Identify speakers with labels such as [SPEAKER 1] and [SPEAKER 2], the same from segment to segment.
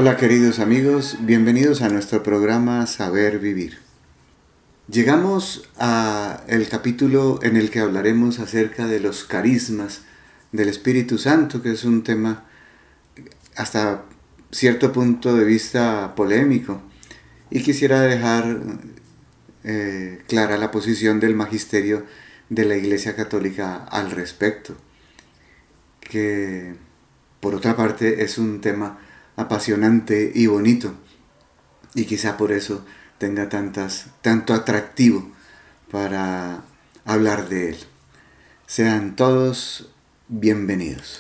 [SPEAKER 1] Hola queridos amigos, bienvenidos a nuestro programa Saber Vivir. Llegamos a el capítulo en el que hablaremos acerca de los carismas del Espíritu Santo, que es un tema hasta cierto punto de vista polémico, y quisiera dejar clara la posición del magisterio de la Iglesia Católica al respecto, que por otra parte es un tema apasionante y bonito, y quizá por eso tenga tanto atractivo para hablar de él. Sean todos bienvenidos.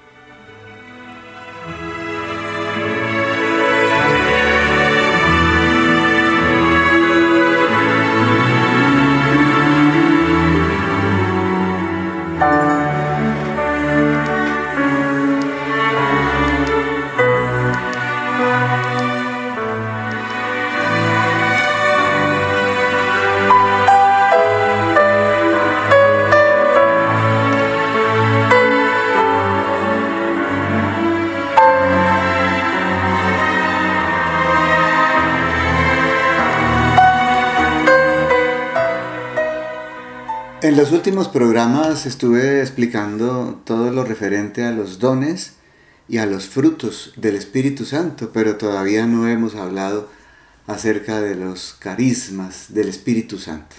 [SPEAKER 1] En los últimos programas estuve explicando todo lo referente a los dones y a los frutos del Espíritu Santo, pero todavía no hemos hablado acerca de los carismas del Espíritu Santo.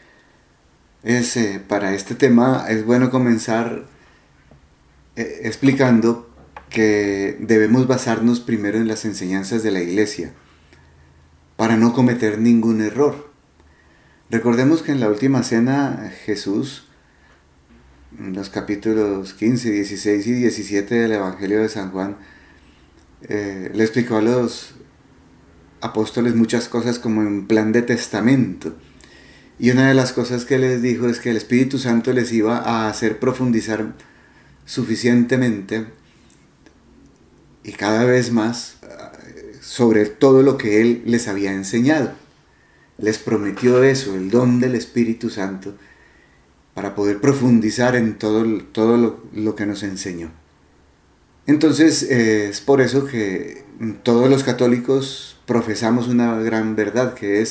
[SPEAKER 1] Para este tema es bueno comenzar explicando que debemos basarnos primero en las enseñanzas de la Iglesia para no cometer ningún error. Recordemos que en la última cena Jesús, en los capítulos 15, 16 y 17 del Evangelio de San Juan, le explicó a los apóstoles muchas cosas como en plan de testamento. Y una de las cosas que les dijo es que el Espíritu Santo les iba a hacer profundizar suficientemente y cada vez más sobre todo lo que Él les había enseñado. Les prometió eso, el don del Espíritu Santo, para poder profundizar en todo lo que nos enseñó. Entonces, es por eso que todos los católicos profesamos una gran verdad, que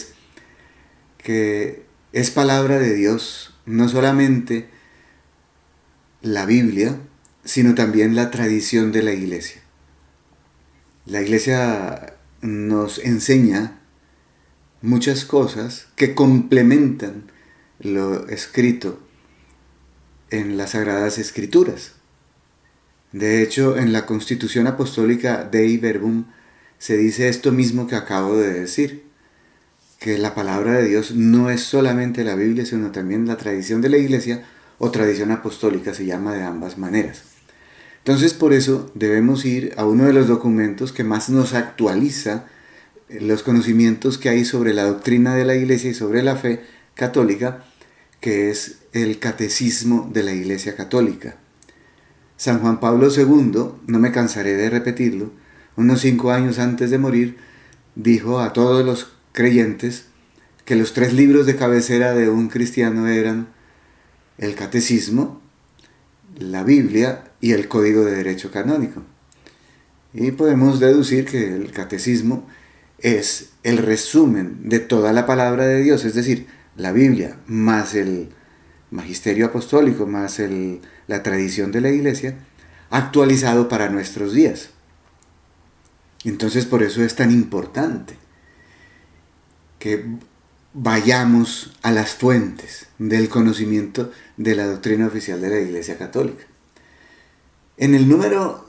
[SPEAKER 1] es palabra de Dios, no solamente la Biblia, sino también la tradición de la Iglesia. La Iglesia nos enseña muchas cosas que complementan lo escrito en las Sagradas Escrituras. De hecho, en la Constitución Apostólica Dei Verbum se dice esto mismo que acabo de decir, que la palabra de Dios no es solamente la Biblia, sino también la tradición de la Iglesia o tradición apostólica, se llama de ambas maneras. Entonces, por eso debemos ir a uno de los documentos que más nos actualiza los conocimientos que hay sobre la doctrina de la Iglesia y sobre la fe católica, que es el Catecismo de la Iglesia Católica. San Juan Pablo II, no me cansaré de repetirlo, unos 5 años antes de morir, dijo a todos los creyentes que los 3 libros de cabecera de un cristiano eran el Catecismo, la Biblia y el Código de Derecho Canónico. Y podemos deducir que el Catecismo es el resumen de toda la palabra de Dios, es decir, la Biblia más el magisterio apostólico más la tradición de la Iglesia, actualizado para nuestros días. Entonces, por eso es tan importante que vayamos a las fuentes del conocimiento de la doctrina oficial de la Iglesia Católica. En el número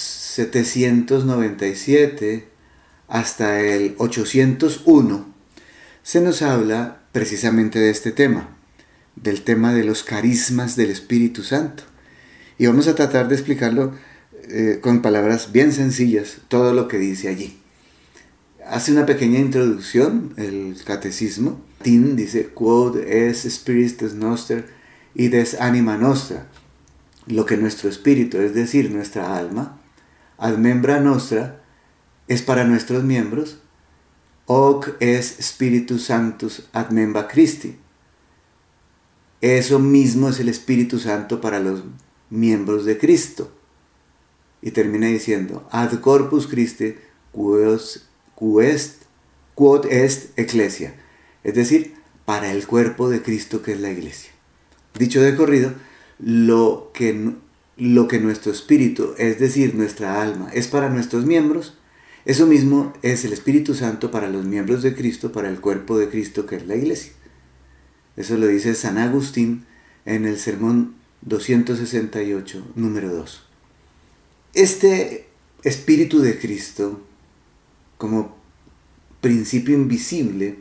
[SPEAKER 1] 797 hasta el 801 se nos habla precisamente de este tema, del tema de los carismas del Espíritu Santo. Y vamos a tratar de explicarlo con palabras bien sencillas, todo lo que dice allí. Hace una pequeña introducción el catecismo. Latín dice: quod es spiritus noster id es anima nostra. Lo que nuestro espíritu, es decir, nuestra alma, ad membra nostra, es para nuestros miembros, hoc es Spiritus Sanctus ad membra Christi. Eso mismo es el Espíritu Santo para los miembros de Cristo. Y termina diciendo: ad corpus Christi quod est ecclesia, es decir, para el cuerpo de Cristo que es la iglesia. Dicho de corrido, lo que nuestro espíritu, es decir, nuestra alma, es para nuestros miembros, eso mismo es el Espíritu Santo para los miembros de Cristo, para el cuerpo de Cristo que es la iglesia. Eso lo dice San Agustín en el Sermón 268, número 2. Este Espíritu de Cristo, como principio invisible,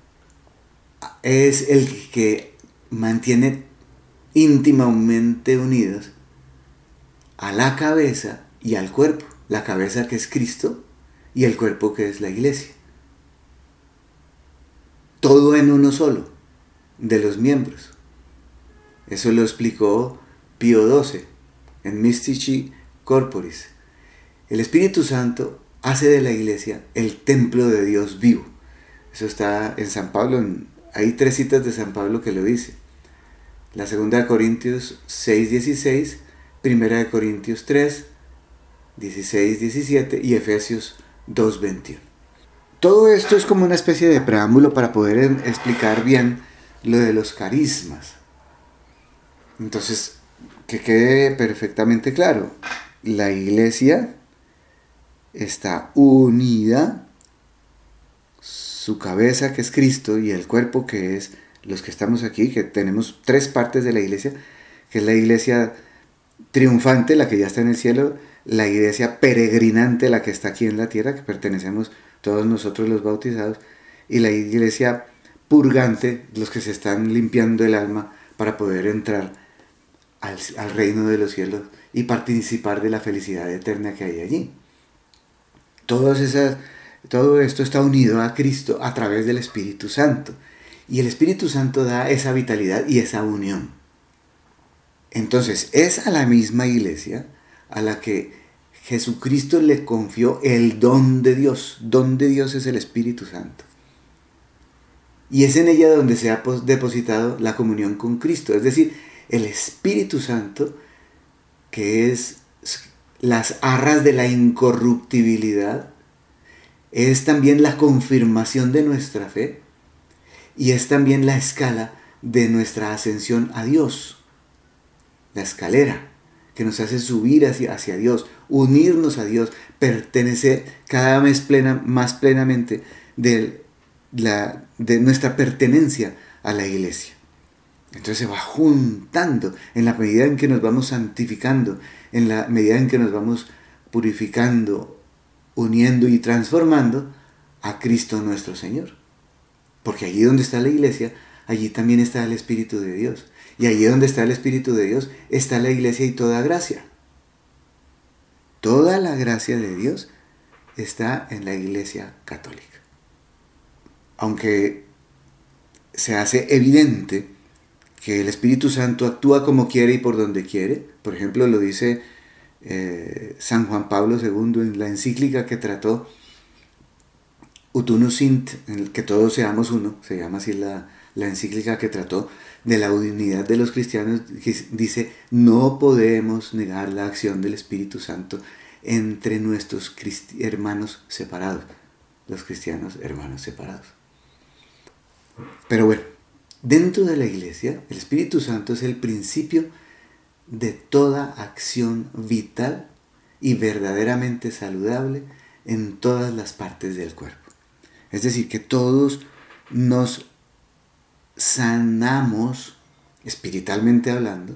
[SPEAKER 1] es el que mantiene íntimamente unidos a la cabeza y al cuerpo. La cabeza que es Cristo y el cuerpo que es la iglesia. Todo en uno solo, de los miembros. Eso lo explicó Pío XII en Mystici Corporis. El Espíritu Santo hace de la iglesia el templo de Dios vivo. Eso está en San Pablo, hay 3 citas de San Pablo que lo dice. La 2 Corintios 6:16, 1 Corintios 3, 16-17 y Efesios 2:21. Todo esto es como una especie de preámbulo para poder explicar bien lo de los carismas. Entonces, que quede perfectamente claro, la iglesia está unida, su cabeza que es Cristo y el cuerpo que es los que estamos aquí, que tenemos 3 partes de la iglesia, que es la iglesia triunfante, la que ya está en el cielo, la iglesia peregrinante, la que está aquí en la tierra, que pertenecemos todos nosotros los bautizados, y la iglesia purgante, los que se están limpiando el alma para poder entrar al reino de los cielos y participar de la felicidad eterna que hay allí. Todo esto está unido a Cristo a través del Espíritu Santo, y el Espíritu Santo da esa vitalidad y esa unión. Entonces es a la misma iglesia a la que Jesucristo le confió el don de Dios. Don de Dios es el Espíritu Santo. Y es en ella donde se ha depositado la comunión con Cristo. Es decir, el Espíritu Santo, que es las arras de la incorruptibilidad, es también la confirmación de nuestra fe y es también la escala de nuestra ascensión a Dios. La escalera que nos hace subir hacia Dios, unirnos a Dios, pertenecer cada vez más plenamente de nuestra pertenencia a la iglesia. Entonces se va juntando en la medida en que nos vamos santificando, en la medida en que nos vamos purificando, uniendo y transformando a Cristo nuestro Señor. Porque allí donde está la iglesia, allí también está el Espíritu de Dios. Y allí donde está el Espíritu de Dios, está la iglesia y toda gracia. Toda la gracia de Dios está en la iglesia católica. Aunque se hace evidente que el Espíritu Santo actúa como quiere y por donde quiere, por ejemplo lo dice San Juan Pablo II en la encíclica que trató Ut Unus Sint, en el que todos seamos uno, se llama así la encíclica que trató de la unidad de los cristianos, que dice: no podemos negar la acción del Espíritu Santo entre nuestros hermanos separados, los cristianos hermanos separados. Pero bueno, dentro de la iglesia, el Espíritu Santo es el principio de toda acción vital y verdaderamente saludable en todas las partes del cuerpo. Es decir, que todos nos sanamos, espiritualmente hablando,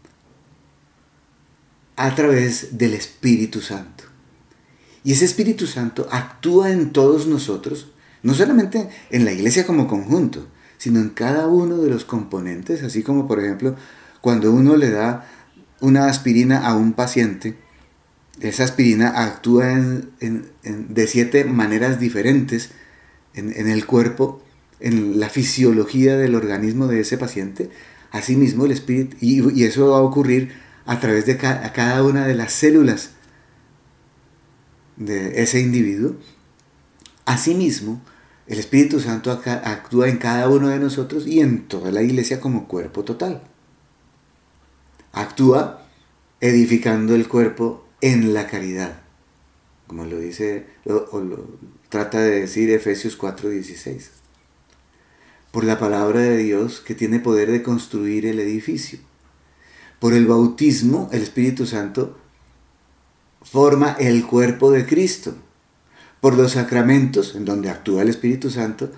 [SPEAKER 1] a través del Espíritu Santo. Y ese Espíritu Santo actúa en todos nosotros, no solamente en la iglesia como conjunto, sino en cada uno de los componentes, así como por ejemplo cuando uno le da una aspirina a un paciente, esa aspirina actúa de 7 maneras diferentes en el cuerpo, en la fisiología del organismo de ese paciente. Asimismo el Espíritu, y eso va a ocurrir a través de cada una de las células de ese individuo. Asimismo, el Espíritu Santo actúa en cada uno de nosotros y en toda la iglesia como cuerpo total. Actúa edificando el cuerpo en la caridad, como lo dice o lo trata de decir Efesios 4:16. Por la palabra de Dios que tiene poder de construir el edificio. Por el bautismo, el Espíritu Santo forma el cuerpo de Cristo. Por los sacramentos, en donde actúa el Espíritu Santo,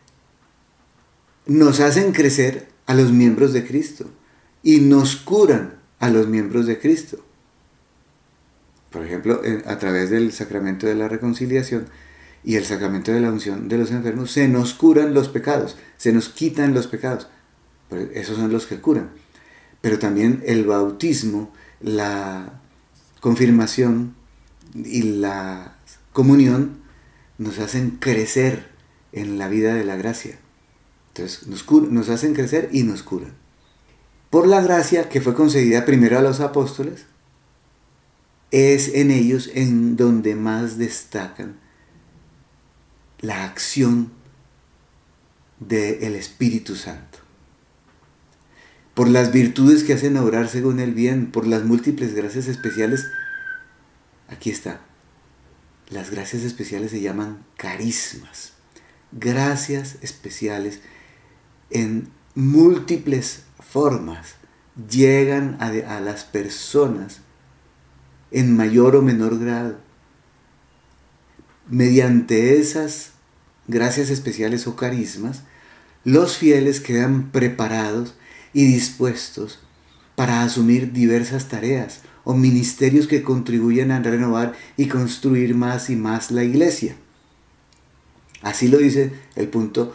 [SPEAKER 1] nos hacen crecer a los miembros de Cristo y nos curan a los miembros de Cristo. Por ejemplo, a través del sacramento de la reconciliación y el sacramento de la unción de los enfermos, se nos curan los pecados, se nos quitan los pecados. Esos son los que curan. Pero también el bautismo, la confirmación y la comunión nos hacen crecer en la vida de la gracia. Entonces nos hacen crecer y nos curan. Por la gracia que fue concedida primero a los apóstoles, es en ellos en donde más destacan la acción del Espíritu Santo. Por las virtudes que hacen obrar según el bien, por las múltiples gracias especiales. Aquí está. Las gracias especiales se llaman carismas. Gracias especiales en múltiples formas llegan a las personas en mayor o menor grado. Mediante esas gracias especiales o carismas, los fieles quedan preparados y dispuestos para asumir diversas tareas o ministerios que contribuyen a renovar y construir más y más la iglesia. Así lo dice el punto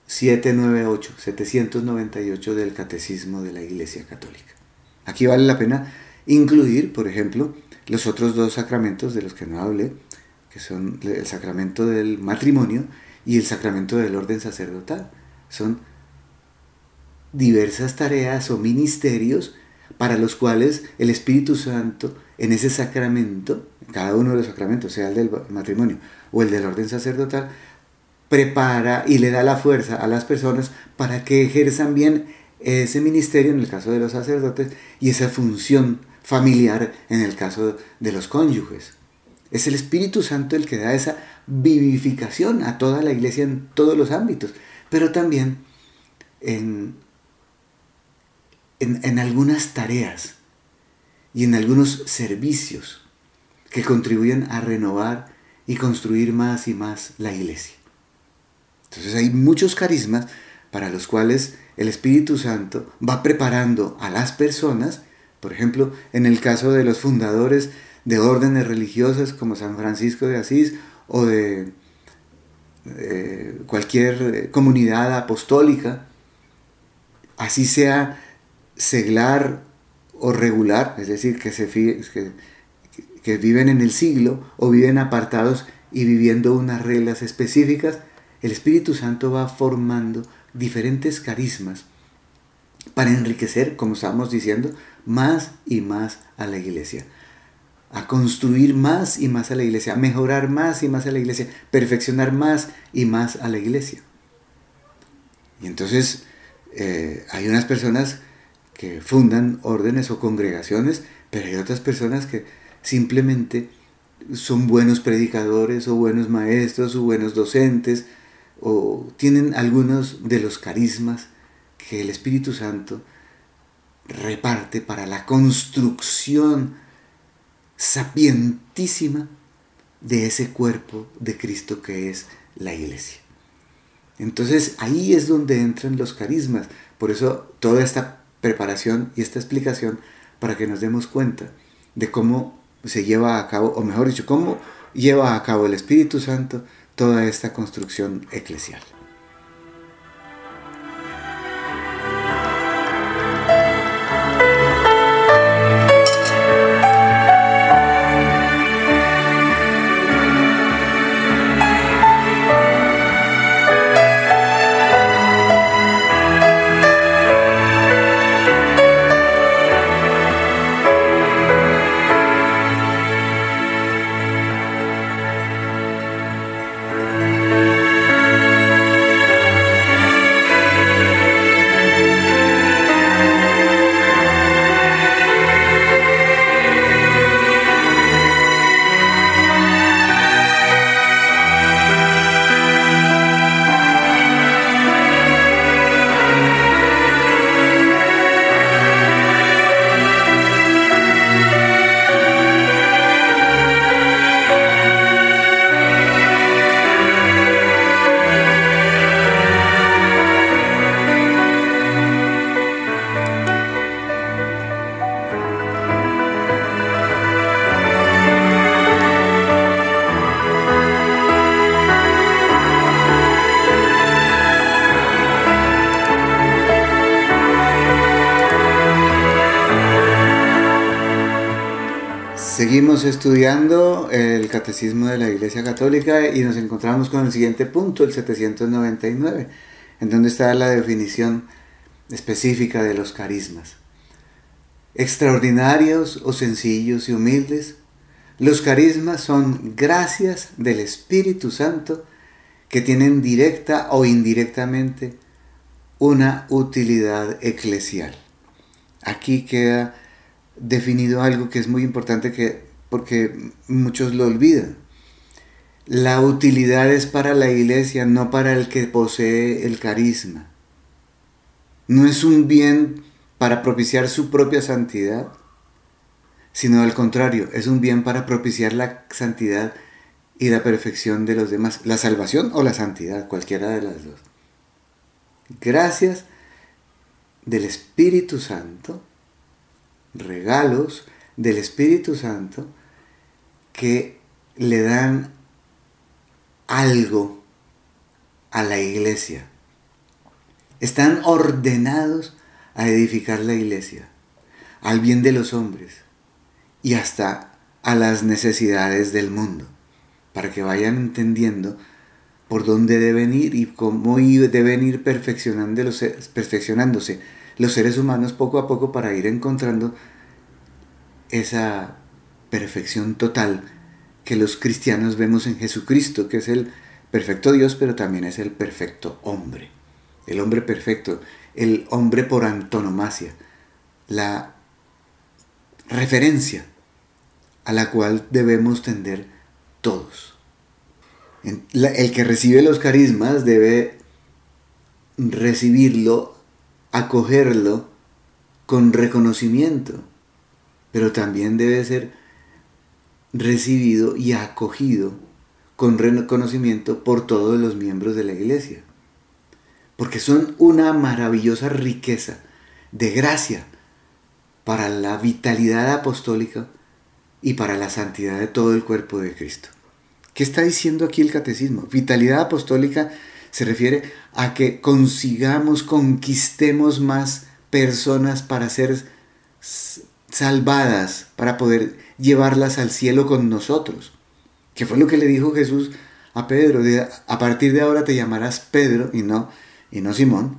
[SPEAKER 1] 798 del Catecismo de la Iglesia Católica. Aquí vale la pena incluir, por ejemplo, los otros dos sacramentos de los que no hablé, que son el sacramento del matrimonio y el sacramento del orden sacerdotal. Son diversas tareas o ministerios para los cuales el Espíritu Santo en ese sacramento, cada uno de los sacramentos, sea el del matrimonio o el del orden sacerdotal, prepara y le da la fuerza a las personas para que ejerzan bien ese ministerio en el caso de los sacerdotes y esa función familiar en el caso de los cónyuges. Es el Espíritu Santo el que da esa vivificación a toda la iglesia en todos los ámbitos, pero también en algunas tareas y en algunos servicios que contribuyen a renovar y construir más y más la iglesia. Entonces hay muchos carismas para los cuales el Espíritu Santo va preparando a las personas. Por ejemplo, en el caso de los fundadores de órdenes religiosas como San Francisco de Asís o de cualquier comunidad apostólica, así sea seglar o regular, es decir, que viven en el siglo o viven apartados y viviendo unas reglas específicas, el Espíritu Santo va formando diferentes carismas para enriquecer, como estábamos diciendo, más y más a la iglesia, a construir más y más a la iglesia, a mejorar más y más a la iglesia, perfeccionar más y más a la iglesia. Y entonces hay unas personas que fundan órdenes o congregaciones, pero hay otras personas que simplemente son buenos predicadores o buenos maestros o buenos docentes o tienen algunos de los carismas que el Espíritu Santo reparte para la construcción sapientísima de ese cuerpo de Cristo que es la iglesia. Entonces ahí es donde entran los carismas. Por eso toda esta preparación y esta explicación para que nos demos cuenta de cómo se lleva a cabo, o mejor dicho, cómo lleva a cabo el Espíritu Santo toda esta construcción eclesial. Seguimos estudiando el Catecismo de la Iglesia Católica y nos encontramos con el siguiente punto, el 799, en donde está la definición específica de los carismas. Extraordinarios o sencillos y humildes, los carismas son gracias del Espíritu Santo que tienen directa o indirectamente una utilidad eclesial. Aquí queda definido algo que es muy importante porque muchos lo olvidan. La utilidad es para la iglesia, no para el que posee el carisma. No es un bien para propiciar su propia santidad, sino al contrario, es un bien para propiciar la santidad y la perfección de los demás, la salvación o la santidad, cualquiera de las dos. Gracias del Espíritu Santo, regalos del Espíritu Santo que le dan algo a la iglesia. Están ordenados a edificar la iglesia, al bien de los hombres y hasta a las necesidades del mundo, para que vayan entendiendo por dónde deben ir y cómo deben ir perfeccionándose los seres humanos poco a poco para ir encontrando esa perfección total que los cristianos vemos en Jesucristo, que es el perfecto Dios, pero también es el perfecto hombre, el hombre perfecto, el hombre por antonomasia, la referencia a la cual debemos tender todos. El que recibe los carismas debe recibirlo, acogerlo con reconocimiento, pero también debe ser recibido y acogido con reconocimiento por todos los miembros de la iglesia, porque son una maravillosa riqueza de gracia para la vitalidad apostólica y para la santidad de todo el cuerpo de Cristo. ¿Qué está diciendo aquí el catecismo? Vitalidad apostólica se refiere a que conquistemos más personas para ser salvadas, para poder llevarlas al cielo con nosotros. ¿Qué fue lo que le dijo Jesús a Pedro? A partir de ahora te llamarás Pedro y no Simón,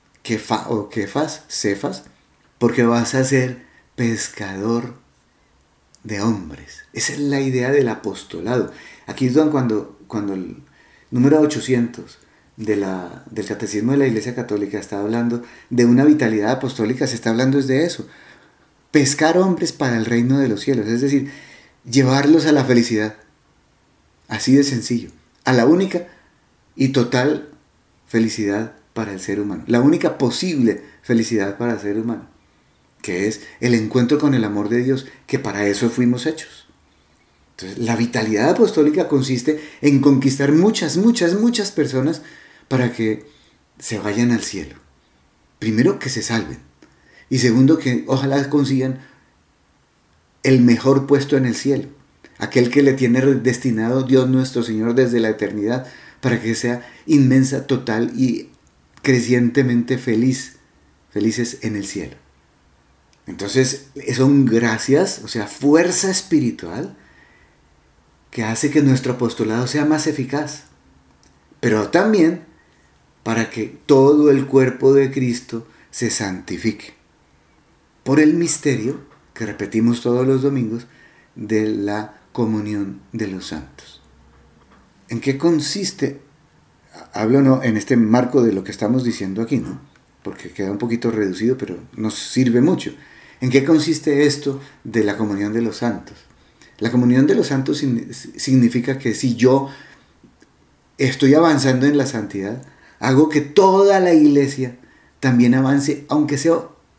[SPEAKER 1] Cefas, porque vas a ser pescador de hombres. Esa es la idea del apostolado. Aquí es cuando el número 800 del Catecismo de la Iglesia Católica está hablando de una vitalidad apostólica, se está hablando de eso. Pescar hombres para el reino de los cielos, es decir, llevarlos a la felicidad. Así de sencillo. A la única y total felicidad para el ser humano. La única posible felicidad para el ser humano, que es el encuentro con el amor de Dios, que para eso fuimos hechos. Entonces, la vitalidad apostólica consiste en conquistar muchas personas para que se vayan al cielo. Primero, que se salven. Y segundo, que ojalá consigan el mejor puesto en el cielo. Aquel que le tiene destinado Dios nuestro Señor desde la eternidad para que sea inmensa, total y crecientemente felices en el cielo. Entonces son gracias, o sea, fuerza espiritual que hace que nuestro apostolado sea más eficaz, pero también para que todo el cuerpo de Cristo se santifique por el misterio que repetimos todos los domingos de la comunión de los santos. ¿En qué consiste? Hablo en este marco de lo que estamos diciendo aquí, ¿no? Porque queda un poquito reducido, pero nos sirve mucho. ¿En qué consiste esto de la comunión de los santos? La comunión de los santos significa que si yo estoy avanzando en la santidad, hago que toda la iglesia también avance, aunque sea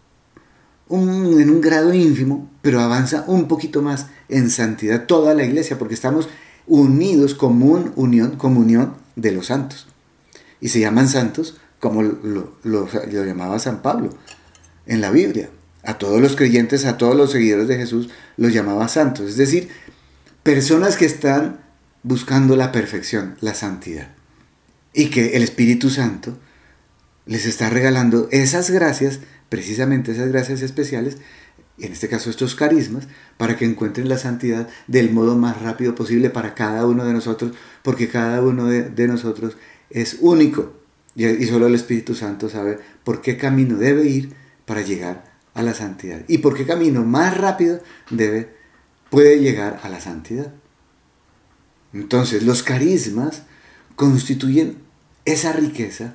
[SPEAKER 1] en un grado ínfimo, pero avanza un poquito más en santidad toda la iglesia, porque estamos unidos, comunión de los santos. Y se llaman santos como lo llamaba San Pablo en la Biblia. A todos los creyentes, a todos los seguidores de Jesús, los llamaba santos. Es decir, personas que están buscando la perfección, la santidad. Y que el Espíritu Santo les está regalando esas gracias, precisamente esas gracias especiales, en este caso estos carismas, para que encuentren la santidad del modo más rápido posible para cada uno de nosotros, porque cada uno de nosotros es único y solo el Espíritu Santo sabe por qué camino debe ir para llegar a la santidad y por qué camino más rápido puede llegar a la santidad. Entonces los carismas constituyen esa riqueza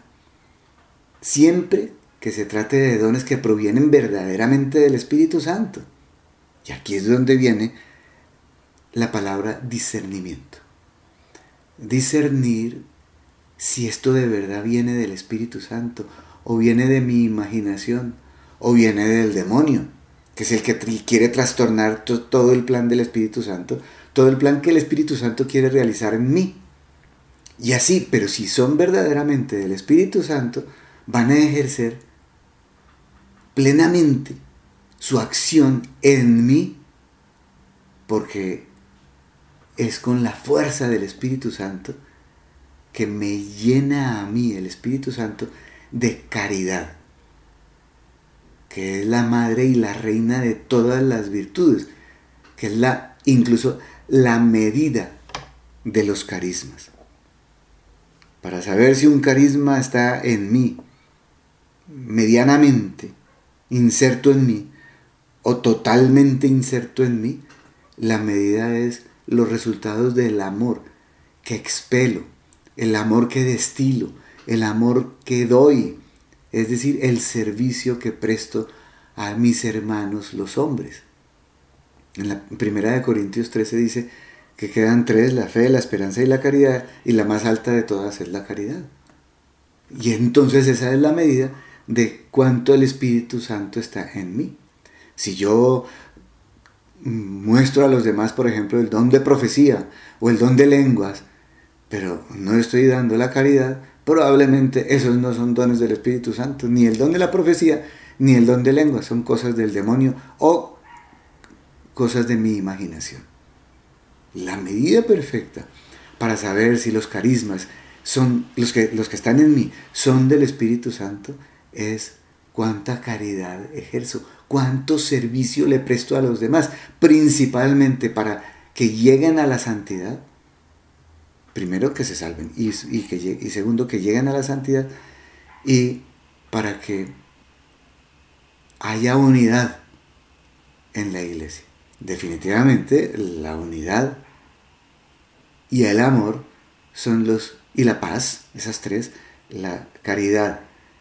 [SPEAKER 1] siempre que se trate de dones que provienen verdaderamente del Espíritu Santo. Y aquí es donde viene la palabra discernimiento. Discernir si esto de verdad viene del Espíritu Santo, o viene de mi imaginación, o viene del demonio, que es el que quiere trastornar todo el plan del Espíritu Santo, todo el plan que el Espíritu Santo quiere realizar en mí. Y así, pero si son verdaderamente del Espíritu Santo, van a ejercer plenamente su acción en mí, porque es con la fuerza del Espíritu Santo que me llena a mí el Espíritu Santo de caridad, que es la madre y la reina de todas las virtudes, que es incluso la medida de los carismas. Para saber si un carisma está en mí, medianamente inserto en mí, o totalmente inserto en mí, la medida es los resultados del amor que expelo, el amor que destilo, el amor que doy, es decir, el servicio que presto a mis hermanos los hombres. En la primera de Corintios 13 dice que quedan tres: la fe, la esperanza y la caridad, y la más alta de todas es la caridad. Y entonces esa es la medida de cuánto el Espíritu Santo está en mí. Si yo muestro a los demás, por ejemplo, el don de profecía o el don de lenguas, pero no estoy dando la caridad, probablemente esos no son dones del Espíritu Santo, ni el don de la profecía, ni el don de lenguas, son cosas del demonio o cosas de mi imaginación. La medida perfecta para saber si los carismas son los que están en mí son del Espíritu Santo es cuánta caridad ejerzo, cuánto servicio le presto a los demás, principalmente para que lleguen a la santidad. Primero, que se salven, y segundo, que lleguen a la santidad, y para que haya unidad en la iglesia. Definitivamente la unidad y el amor y la paz, esas tres, la caridad,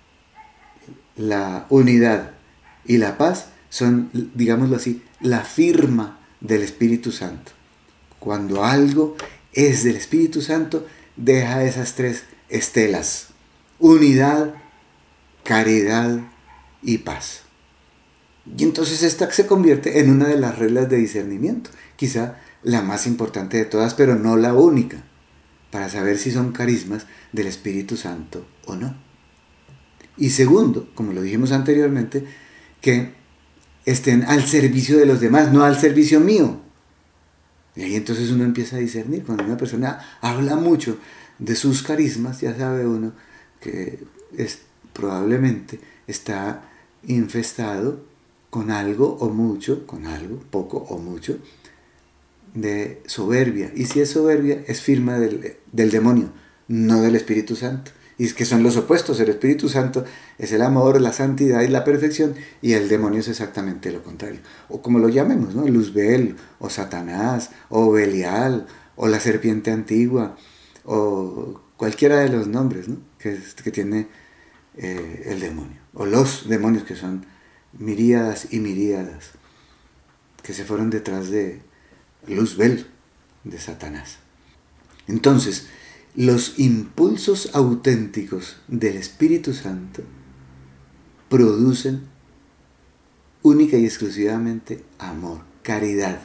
[SPEAKER 1] la unidad y la paz son, digámoslo así, la firma del Espíritu Santo. Cuando algo es del Espíritu Santo, deja esas tres estelas: unidad, caridad y paz. Y entonces esta se convierte en una de las reglas de discernimiento, quizá la más importante de todas, pero no la única, para saber si son carismas del Espíritu Santo o no. Y segundo, como lo dijimos anteriormente, que estén al servicio de los demás, no al servicio mío. Y ahí entonces uno empieza a discernir. Cuando una persona habla mucho de sus carismas, ya sabe uno que probablemente está infestado con algo o mucho, con algo, poco o mucho, de soberbia. Y si es soberbia, es firma del demonio, no del Espíritu Santo. Y es que son los opuestos. El Espíritu Santo es el amor, la santidad y la perfección, y el demonio es exactamente lo contrario. O como lo llamemos, ¿no? Luzbel, o Satanás, o Belial, o la serpiente antigua, o cualquiera de los nombres, ¿no? que tiene el demonio. O los demonios, que son miríadas y miríadas, que se fueron detrás de Luzbel, de Satanás. Entonces, los impulsos auténticos del Espíritu Santo producen única y exclusivamente amor, caridad.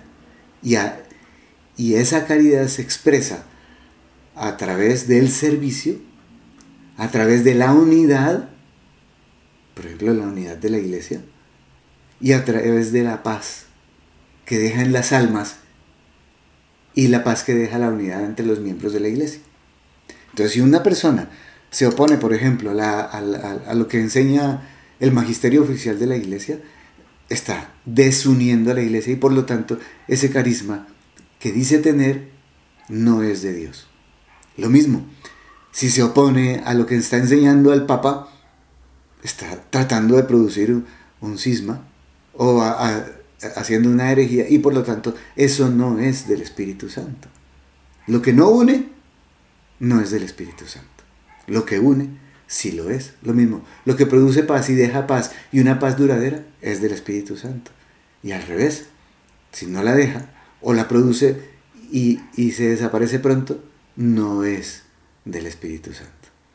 [SPEAKER 1] Y esa caridad se expresa a través del servicio, a través de la unidad, por ejemplo, la unidad de la iglesia, y a través de la paz que deja en las almas y la paz que deja la unidad entre los miembros de la iglesia. Entonces, si una persona se opone, por ejemplo, a lo que enseña el magisterio oficial de la iglesia, está desuniendo a la iglesia y por lo tanto ese carisma que dice tener no es de Dios. Lo mismo, si se opone a lo que está enseñando el Papa, está tratando de producir un cisma o haciendo una herejía y por lo tanto eso no es del Espíritu Santo. Lo que no une no es del Espíritu Santo. Lo que une sí lo es. Lo mismo, lo que produce paz y deja paz y una paz duradera es del Espíritu Santo. Y al revés, si no la deja o la produce y se desaparece pronto, no es del Espíritu Santo.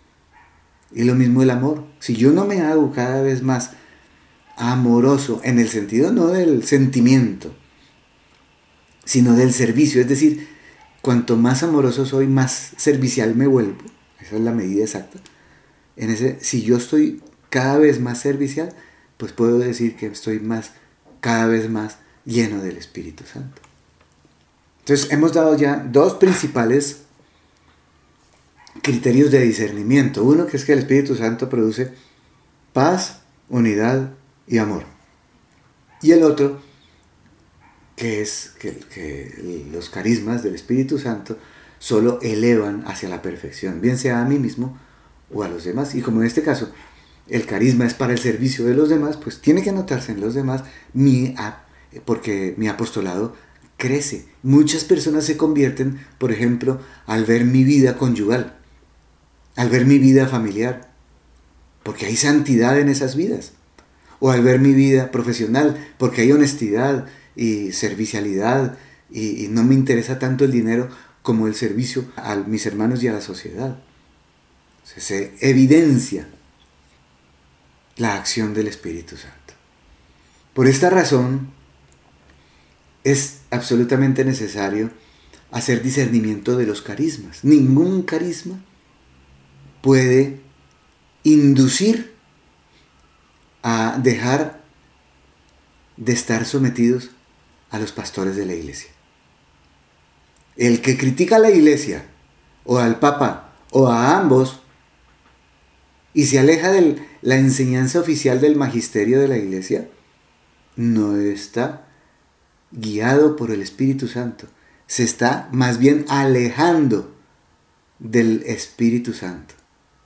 [SPEAKER 1] Y lo mismo el amor. Si yo no me hago cada vez más amoroso, en el sentido no del sentimiento, sino del servicio, es decir, cuanto más amoroso soy, más servicial me vuelvo. Esa es la medida exacta. Si yo estoy cada vez más servicial, pues puedo decir que estoy cada vez más lleno del Espíritu Santo. Entonces hemos dado ya dos principales criterios de discernimiento. Uno, que es que el Espíritu Santo produce paz, unidad y amor. Y el otro, que es que los carismas del Espíritu Santo solo elevan hacia la perfección, bien sea a mí mismo o a los demás. Y como en este caso el carisma es para el servicio de los demás, pues tiene que notarse en los demás porque mi apostolado crece. Muchas personas se convierten, por ejemplo, al ver mi vida conyugal, al ver mi vida familiar, porque hay santidad en esas vidas, o al ver mi vida profesional, porque hay honestidad y servicialidad y no me interesa tanto el dinero como el servicio a mis hermanos y a la sociedad. Se evidencia la acción del Espíritu Santo. Por esta razón es absolutamente necesario hacer discernimiento de los carismas. Ningún carisma puede inducir a dejar de estar sometidos a los pastores de la iglesia. El que critica a la iglesia o al Papa o a ambos y se aleja de la enseñanza oficial del magisterio de la iglesia, no está guiado por el Espíritu Santo. Se está más bien alejando del Espíritu Santo.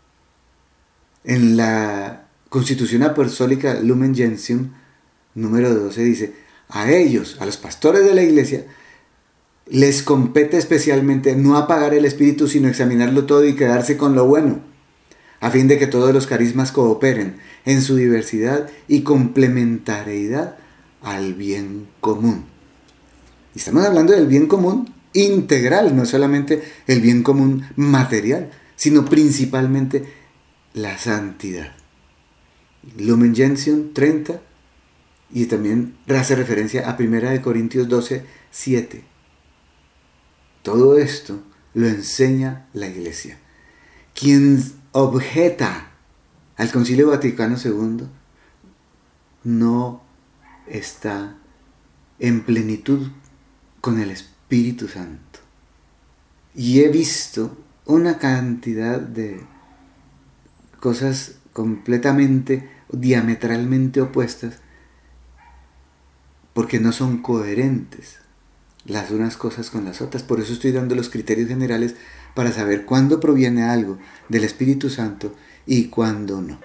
[SPEAKER 1] En la Constitución Apostólica Lumen Gentium, número 12, dice: a ellos, a los pastores de la iglesia, les compete especialmente no apagar el espíritu, sino examinarlo todo y quedarse con lo bueno, a fin de que todos los carismas cooperen en su diversidad y complementariedad al bien común. Y estamos hablando del bien común integral, no solamente el bien común material, sino principalmente la santidad. Lumen Gentium 30, y también hace referencia a 1 Corintios 12, 7. Todo esto lo enseña la iglesia. Quien objeta al Concilio Vaticano II no está en plenitud con el Espíritu Santo. Y he visto una cantidad de cosas completamente, diametralmente opuestas, porque no son coherentes las unas cosas con las otras. Por eso estoy dando los criterios generales para saber cuándo proviene algo del Espíritu Santo y cuándo no.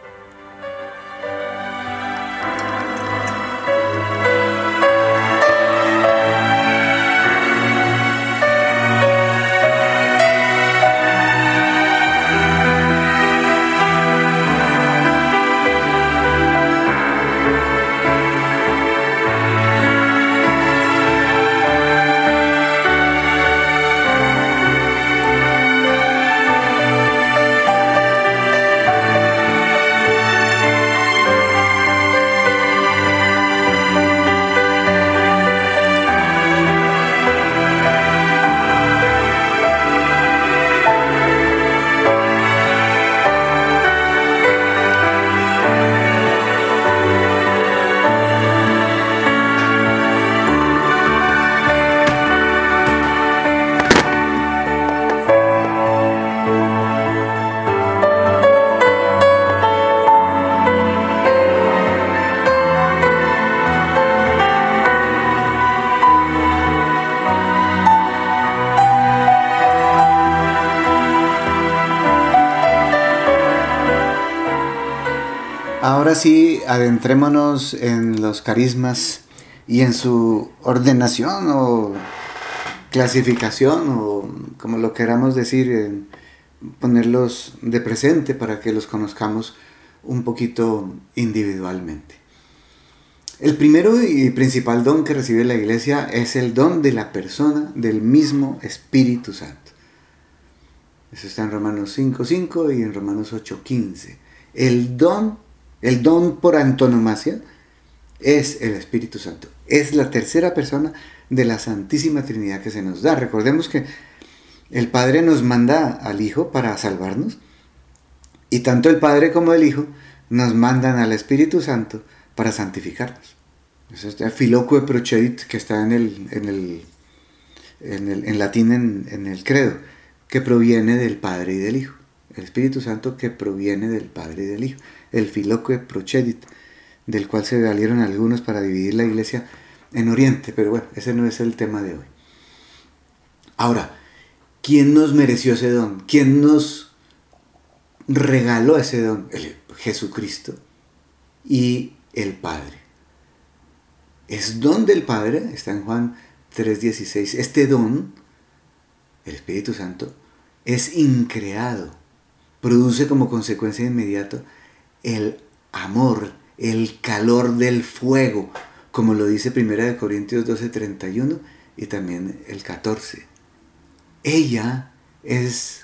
[SPEAKER 1] Ahora sí, adentrémonos en los carismas y en su ordenación o clasificación o como lo queramos decir, ponerlos de presente para que los conozcamos un poquito individualmente. El primero y principal don que recibe la iglesia es el don de la persona del mismo Espíritu Santo. Eso está en Romanos 5:5 y en Romanos 8:15. El don por antonomasia es el Espíritu Santo. Es la tercera persona de la Santísima Trinidad que se nos da. Recordemos que el Padre nos manda al Hijo para salvarnos y tanto el Padre como el Hijo nos mandan al Espíritu Santo para santificarnos. Eso es Filoque Procedit, que está en latín en el credo, que proviene del Padre y del Hijo. El Espíritu Santo que proviene del Padre y del Hijo. El Filoque Procedit, del cual se valieron algunos para dividir la iglesia en Oriente, pero bueno, ese no es el tema de hoy. Ahora, ¿quién nos mereció ese don? ¿Quién nos regaló ese don? Jesucristo y el Padre. Es don del Padre, está en Juan 3:16. Este don, el Espíritu Santo, es increado. Produce como consecuencia inmediata el amor, el calor del fuego, como lo dice 1 Corintios 12:31 y también el 14. Ella es,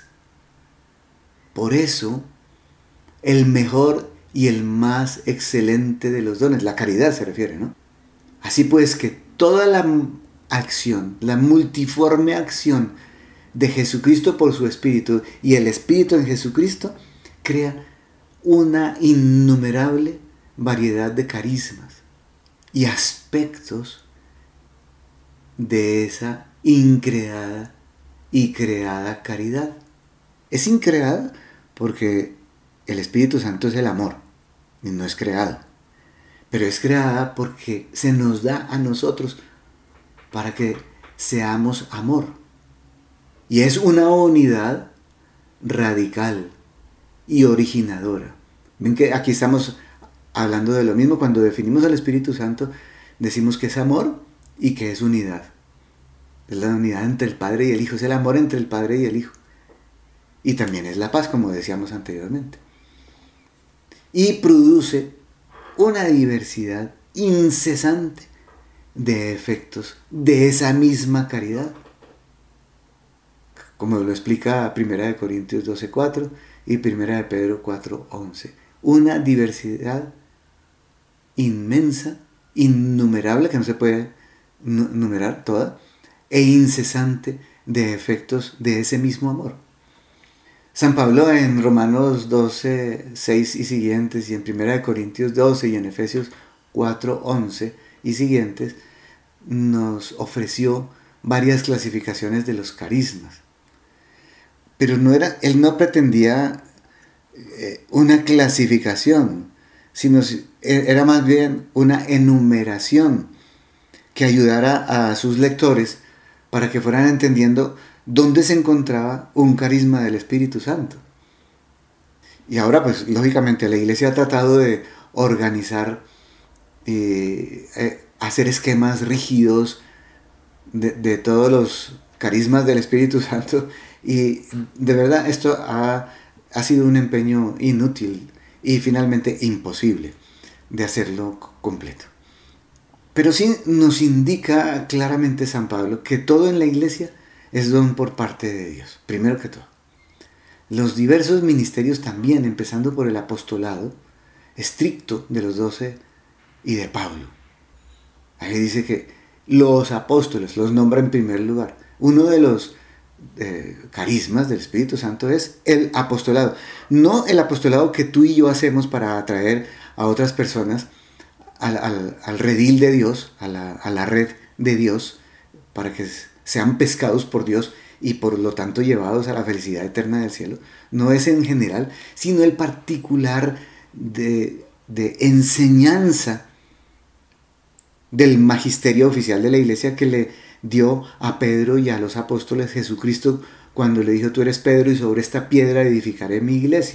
[SPEAKER 1] por eso, el mejor y el más excelente de los dones. La caridad se refiere, ¿no? Así pues que toda la acción, la multiforme acción de Jesucristo por su Espíritu y el Espíritu en Jesucristo crea una innumerable variedad de carismas y aspectos de esa increada y creada caridad. Es increada porque el Espíritu Santo es el amor y no es creado, pero es creada porque se nos da a nosotros para que seamos amor. Y es una unidad radical y originadora. Ven que aquí estamos hablando de lo mismo. Cuando definimos al Espíritu Santo, decimos que es amor y que es unidad. Es la unidad entre el Padre y el Hijo, es el amor entre el Padre y el Hijo. Y también es la paz, como decíamos anteriormente. Y produce una diversidad incesante de efectos de esa misma caridad, como lo explica 1 Corintios 12:4 y 1 Pedro 4:11. Una diversidad inmensa, innumerable, que no se puede numerar toda, e incesante de efectos de ese mismo amor. San Pablo en Romanos 12:6 y siguientes, y en 1 Corintios 12 y en Efesios 4:11 y siguientes, nos ofreció varias clasificaciones de los carismas. Pero él no pretendía una clasificación, sino era más bien una enumeración que ayudara a sus lectores para que fueran entendiendo dónde se encontraba un carisma del Espíritu Santo. Y ahora, pues, lógicamente, la Iglesia ha tratado de organizar, hacer esquemas rígidos de todos los carismas del Espíritu Santo, y de verdad esto ha sido un empeño inútil y finalmente imposible de hacerlo completo. Pero sí nos indica claramente San Pablo que todo en la Iglesia es don por parte de Dios, primero que todo. Los diversos ministerios también, empezando por el apostolado estricto de los 12 y de Pablo. Ahí dice que los apóstoles los nombra en primer lugar. Uno de los carismas del Espíritu Santo es el apostolado. No el apostolado que tú y yo hacemos para atraer a otras personas al redil de Dios, a la red de Dios, para que sean pescados por Dios y por lo tanto llevados a la felicidad eterna del cielo. No es en general, sino el particular de enseñanza del magisterio oficial de la Iglesia que le dio a Pedro y a los apóstoles Jesucristo cuando le dijo: tú eres Pedro y sobre esta piedra edificaré mi iglesia.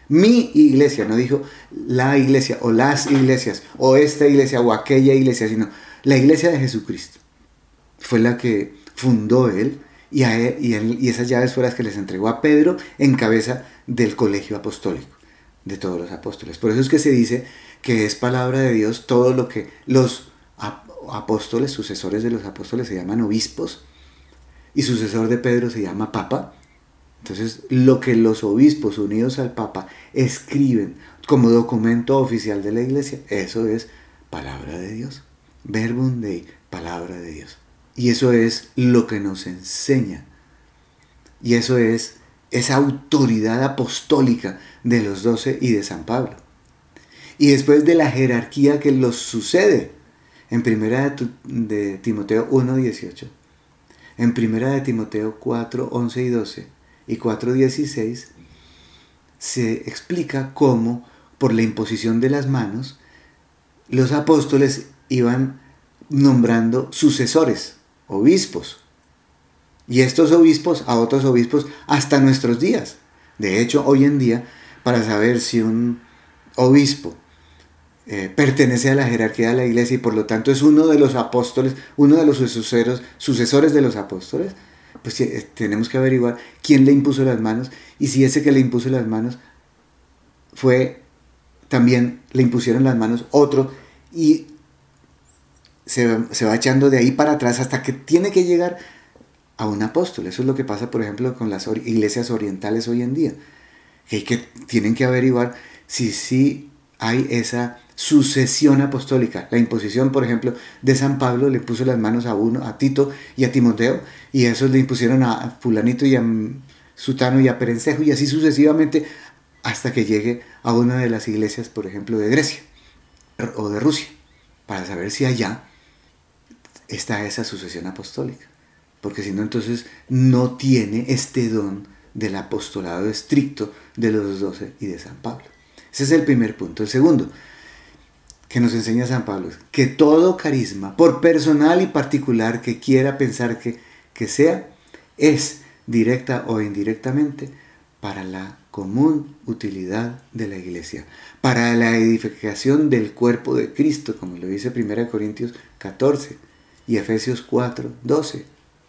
[SPEAKER 1] Mi iglesia, no dijo la iglesia o las iglesias o esta iglesia o aquella iglesia, sino la iglesia de Jesucristo. Fue la que fundó él y esas llaves fueron las que les entregó a Pedro en cabeza del colegio apostólico de todos los apóstoles. Por eso es que se dice que es palabra de Dios todo lo que los apóstoles, sucesores de los apóstoles, se llaman obispos, y sucesor de Pedro se llama papa. Entonces, lo que los obispos unidos al papa escriben como documento oficial de la iglesia, eso es palabra de Dios. Verbum Dei, palabra de Dios. Y eso es lo que nos enseña. Y eso es esa autoridad apostólica de los 12 y de San Pablo. Y después de la jerarquía que los sucede en primera de Timoteo 1:18, en primera de Timoteo 4:11 y 12 y 4:16, se explica cómo por la imposición de las manos los apóstoles iban nombrando sucesores, obispos, y estos obispos a otros obispos hasta nuestros días. De hecho, hoy en día, para saber si un obispo pertenece a la jerarquía de la iglesia y por lo tanto es uno de los apóstoles, uno de los sucesores de los apóstoles, pues tenemos que averiguar quién le impuso las manos y si ese que le impuso las manos también le impusieron las manos otro, y se va echando de ahí para atrás hasta que tiene que llegar a un apóstol. Eso es lo que pasa, por ejemplo, con las iglesias orientales hoy en día, que tienen que averiguar si sí hay esa sucesión apostólica. La imposición, por ejemplo, de San Pablo le puso las manos a Tito y a Timoteo, y esos le impusieron a fulanito y a sutano y a perencejo, y así sucesivamente hasta que llegue a una de las iglesias, por ejemplo, de Grecia o de Rusia, para saber si allá está esa sucesión apostólica. Porque si no, entonces no tiene este don del apostolado estricto de los 12 y de San Pablo. Ese es el primer punto. El segundo que nos enseña San Pablo es que todo carisma, por personal y particular que quiera pensar que sea, es directa o indirectamente para la común utilidad de la iglesia, para la edificación del cuerpo de Cristo, como lo dice 1 Corintios 14 y Efesios 4:12.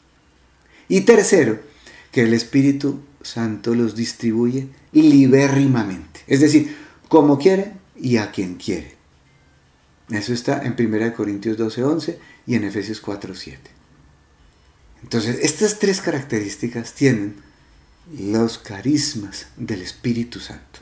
[SPEAKER 1] Y tercero, que el Espíritu Santo los distribuye libérrimamente, es decir, como quiere y a quien quiere. Eso está en 1 Corintios 12:11 y en Efesios 4:7. Entonces, estas tres características tienen los carismas del Espíritu Santo.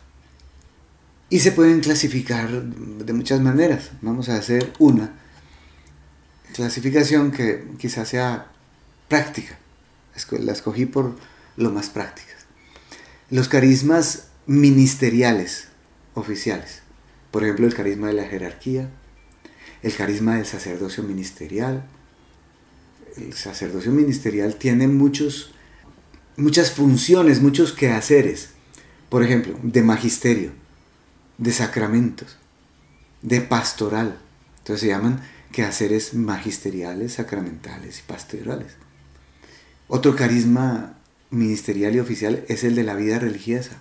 [SPEAKER 1] Y se pueden clasificar de muchas maneras. Vamos a hacer una clasificación que quizás sea práctica. La escogí por lo más prácticas. Los carismas ministeriales, oficiales. Por ejemplo, el carisma de la jerarquía, el carisma del sacerdocio ministerial. El sacerdocio ministerial tiene muchas funciones, muchos quehaceres. Por ejemplo, de magisterio, de sacramentos, de pastoral. Entonces se llaman quehaceres magisteriales, sacramentales y pastorales. Otro carisma ministerial y oficial es el de la vida religiosa,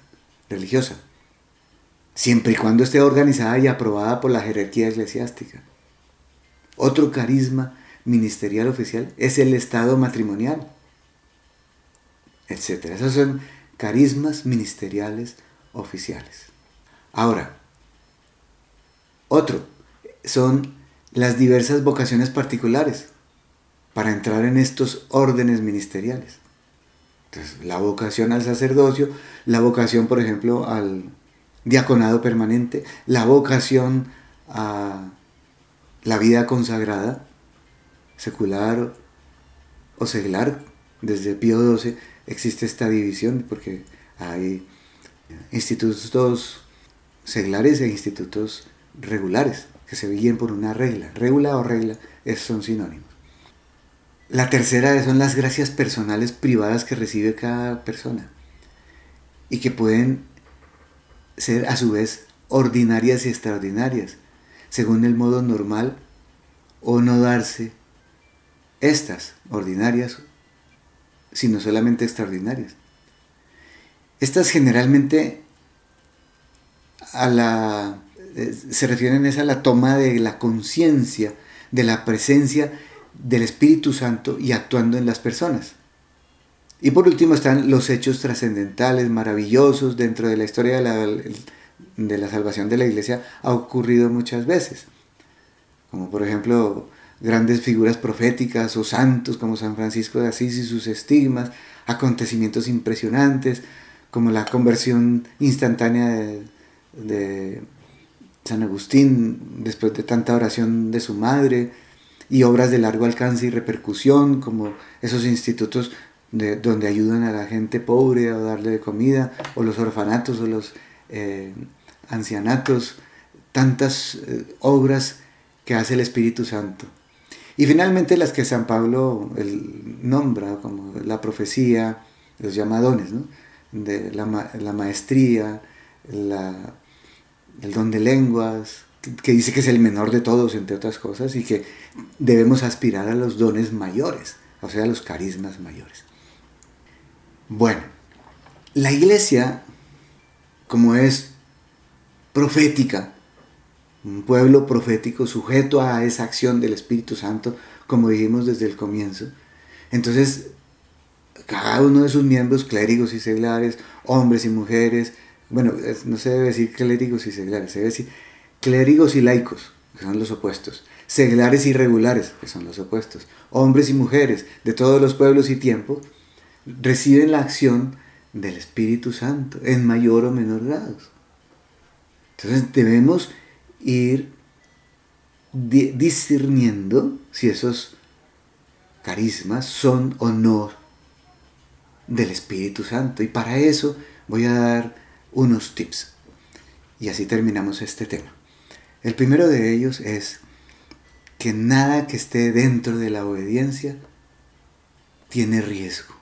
[SPEAKER 1] siempre y cuando esté organizada y aprobada por la jerarquía eclesiástica. Otro carisma ministerial oficial es el estado matrimonial, etc. Esos son carismas ministeriales oficiales. Ahora, otro son las diversas vocaciones particulares para entrar en estos órdenes ministeriales. Entonces, la vocación al sacerdocio, la vocación, por ejemplo, al diaconado permanente, la vocación a la vida consagrada, secular o seglar. Desde Pío XII existe esta división porque hay institutos seglares e institutos regulares que se guían por una regla. Regula o regla son sinónimos. La tercera son las gracias personales privadas que recibe cada persona y que pueden ser a su vez ordinarias y extraordinarias, según el modo normal o no darse estas ordinarias, sino solamente extraordinarias. Estas generalmente se refieren a la toma de la conciencia, de la presencia del Espíritu Santo y actuando en las personas. Y por último están los hechos trascendentales, maravillosos dentro de la historia de la salvación de la Iglesia. Ha ocurrido muchas veces, como por ejemplo grandes figuras proféticas o santos como San Francisco de Asís y sus estigmas, acontecimientos impresionantes como la conversión instantánea de San Agustín después de tanta oración de su madre, y obras de largo alcance y repercusión como esos institutos donde ayudan a la gente pobre a darle de comida, o los orfanatos o los ancianatos, tantas obras que hace el Espíritu Santo. Y finalmente las que San Pablo nombra como la profecía, los llamadones, ¿no? De la maestría, el don de lenguas, que dice que es el menor de todos, entre otras cosas, y que debemos aspirar a los dones mayores, o sea, a los carismas mayores. Bueno, la Iglesia, como es profética, un pueblo profético sujeto a esa acción del Espíritu Santo, como dijimos desde el comienzo, entonces cada uno de sus miembros, clérigos y seglares, hombres y mujeres, bueno, no se debe decir clérigos y seglares, se debe decir clérigos y laicos, que son los opuestos, seglares y regulares, que son los opuestos, hombres y mujeres de todos los pueblos y tiempos, reciben la acción del Espíritu Santo en mayor o menor grado. Entonces debemos ir discerniendo si esos carismas son o no del Espíritu Santo. Y para eso voy a dar unos tips. Y así terminamos este tema. El primero de ellos es que nada que esté dentro de la obediencia tiene riesgo.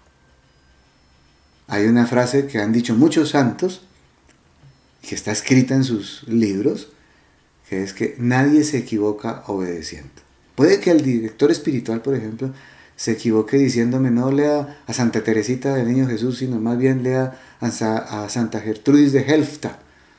[SPEAKER 1] Hay una frase que han dicho muchos santos, que está escrita en sus libros, que es que nadie se equivoca obedeciendo. Puede que el director espiritual, por ejemplo, se equivoque diciéndome no lea a Santa Teresita del Niño Jesús, sino más bien lea a Santa Gertrudis de Helfta,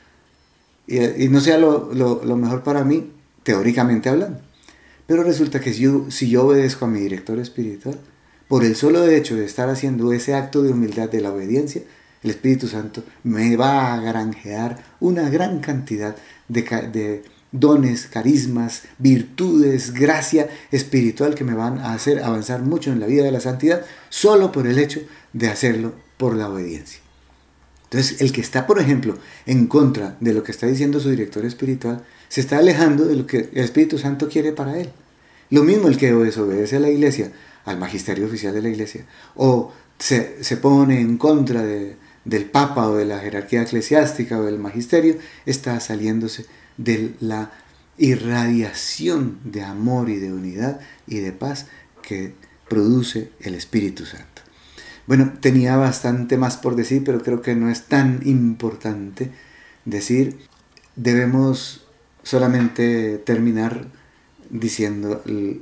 [SPEAKER 1] y no sea lo mejor para mí, teóricamente hablando. Pero resulta que si yo obedezco a mi director espiritual, por el solo hecho de estar haciendo ese acto de humildad de la obediencia, el Espíritu Santo me va a granjear una gran cantidad de dones, carismas, virtudes, gracia espiritual que me van a hacer avanzar mucho en la vida de la santidad, solo por el hecho de hacerlo por la obediencia. Entonces, el que está, por ejemplo, en contra de lo que está diciendo su director espiritual, se está alejando de lo que el Espíritu Santo quiere para él. Lo mismo el que desobedece a la Iglesia, al magisterio oficial de la Iglesia, o se pone en contra del Papa o de la jerarquía eclesiástica o del magisterio, está saliéndose de la irradiación de amor y de unidad y de paz que produce el Espíritu Santo. Bueno, tenía bastante más por decir, pero creo que no es tan importante decir. Debemos solamente terminar diciendo,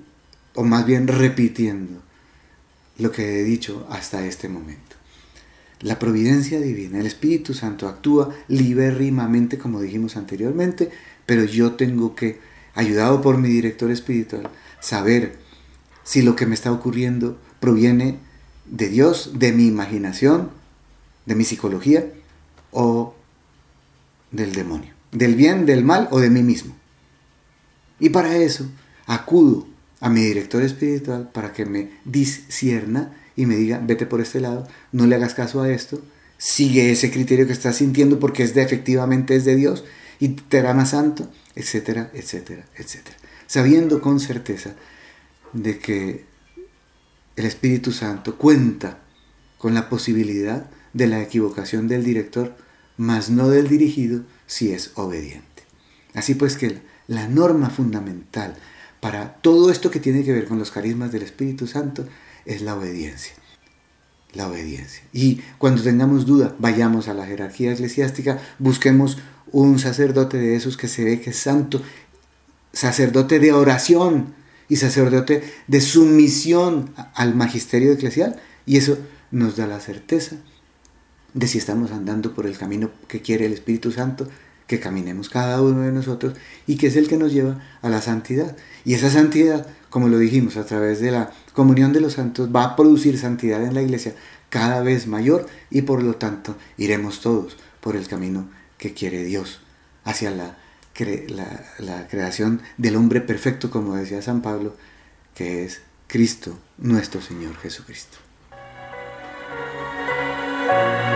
[SPEAKER 1] o más bien repitiendo, lo que he dicho hasta este momento. La providencia divina, el Espíritu Santo actúa libérrimamente, como dijimos anteriormente, pero yo tengo que, ayudado por mi director espiritual, saber si lo que me está ocurriendo proviene de Dios, de mi imaginación, de mi psicología o del demonio, del bien, del mal o de mí mismo. Y para eso acudo a mi director espiritual para que me discierna y me diga, vete por este lado, no le hagas caso a esto, sigue ese criterio que estás sintiendo porque efectivamente es de Dios y te hará más santo, etcétera, etcétera, etcétera. Sabiendo con certeza de que el Espíritu Santo cuenta con la posibilidad de la equivocación del director, mas no del dirigido si es obediente. Así pues que la norma fundamental para todo esto que tiene que ver con los carismas del Espíritu Santo es la obediencia. La obediencia. Y cuando tengamos duda, vayamos a la jerarquía eclesiástica, busquemos un sacerdote de esos que se ve que es santo, sacerdote de oración y sacerdote de sumisión al magisterio eclesial, y eso nos da la certeza de si estamos andando por el camino que quiere el Espíritu Santo, que caminemos cada uno de nosotros y que es el que nos lleva a la santidad. Y esa santidad, como lo dijimos, a través de la comunión de los santos, va a producir santidad en la iglesia cada vez mayor y por lo tanto iremos todos por el camino que quiere Dios hacia la creación del hombre perfecto, como decía San Pablo, que es Cristo, nuestro Señor Jesucristo.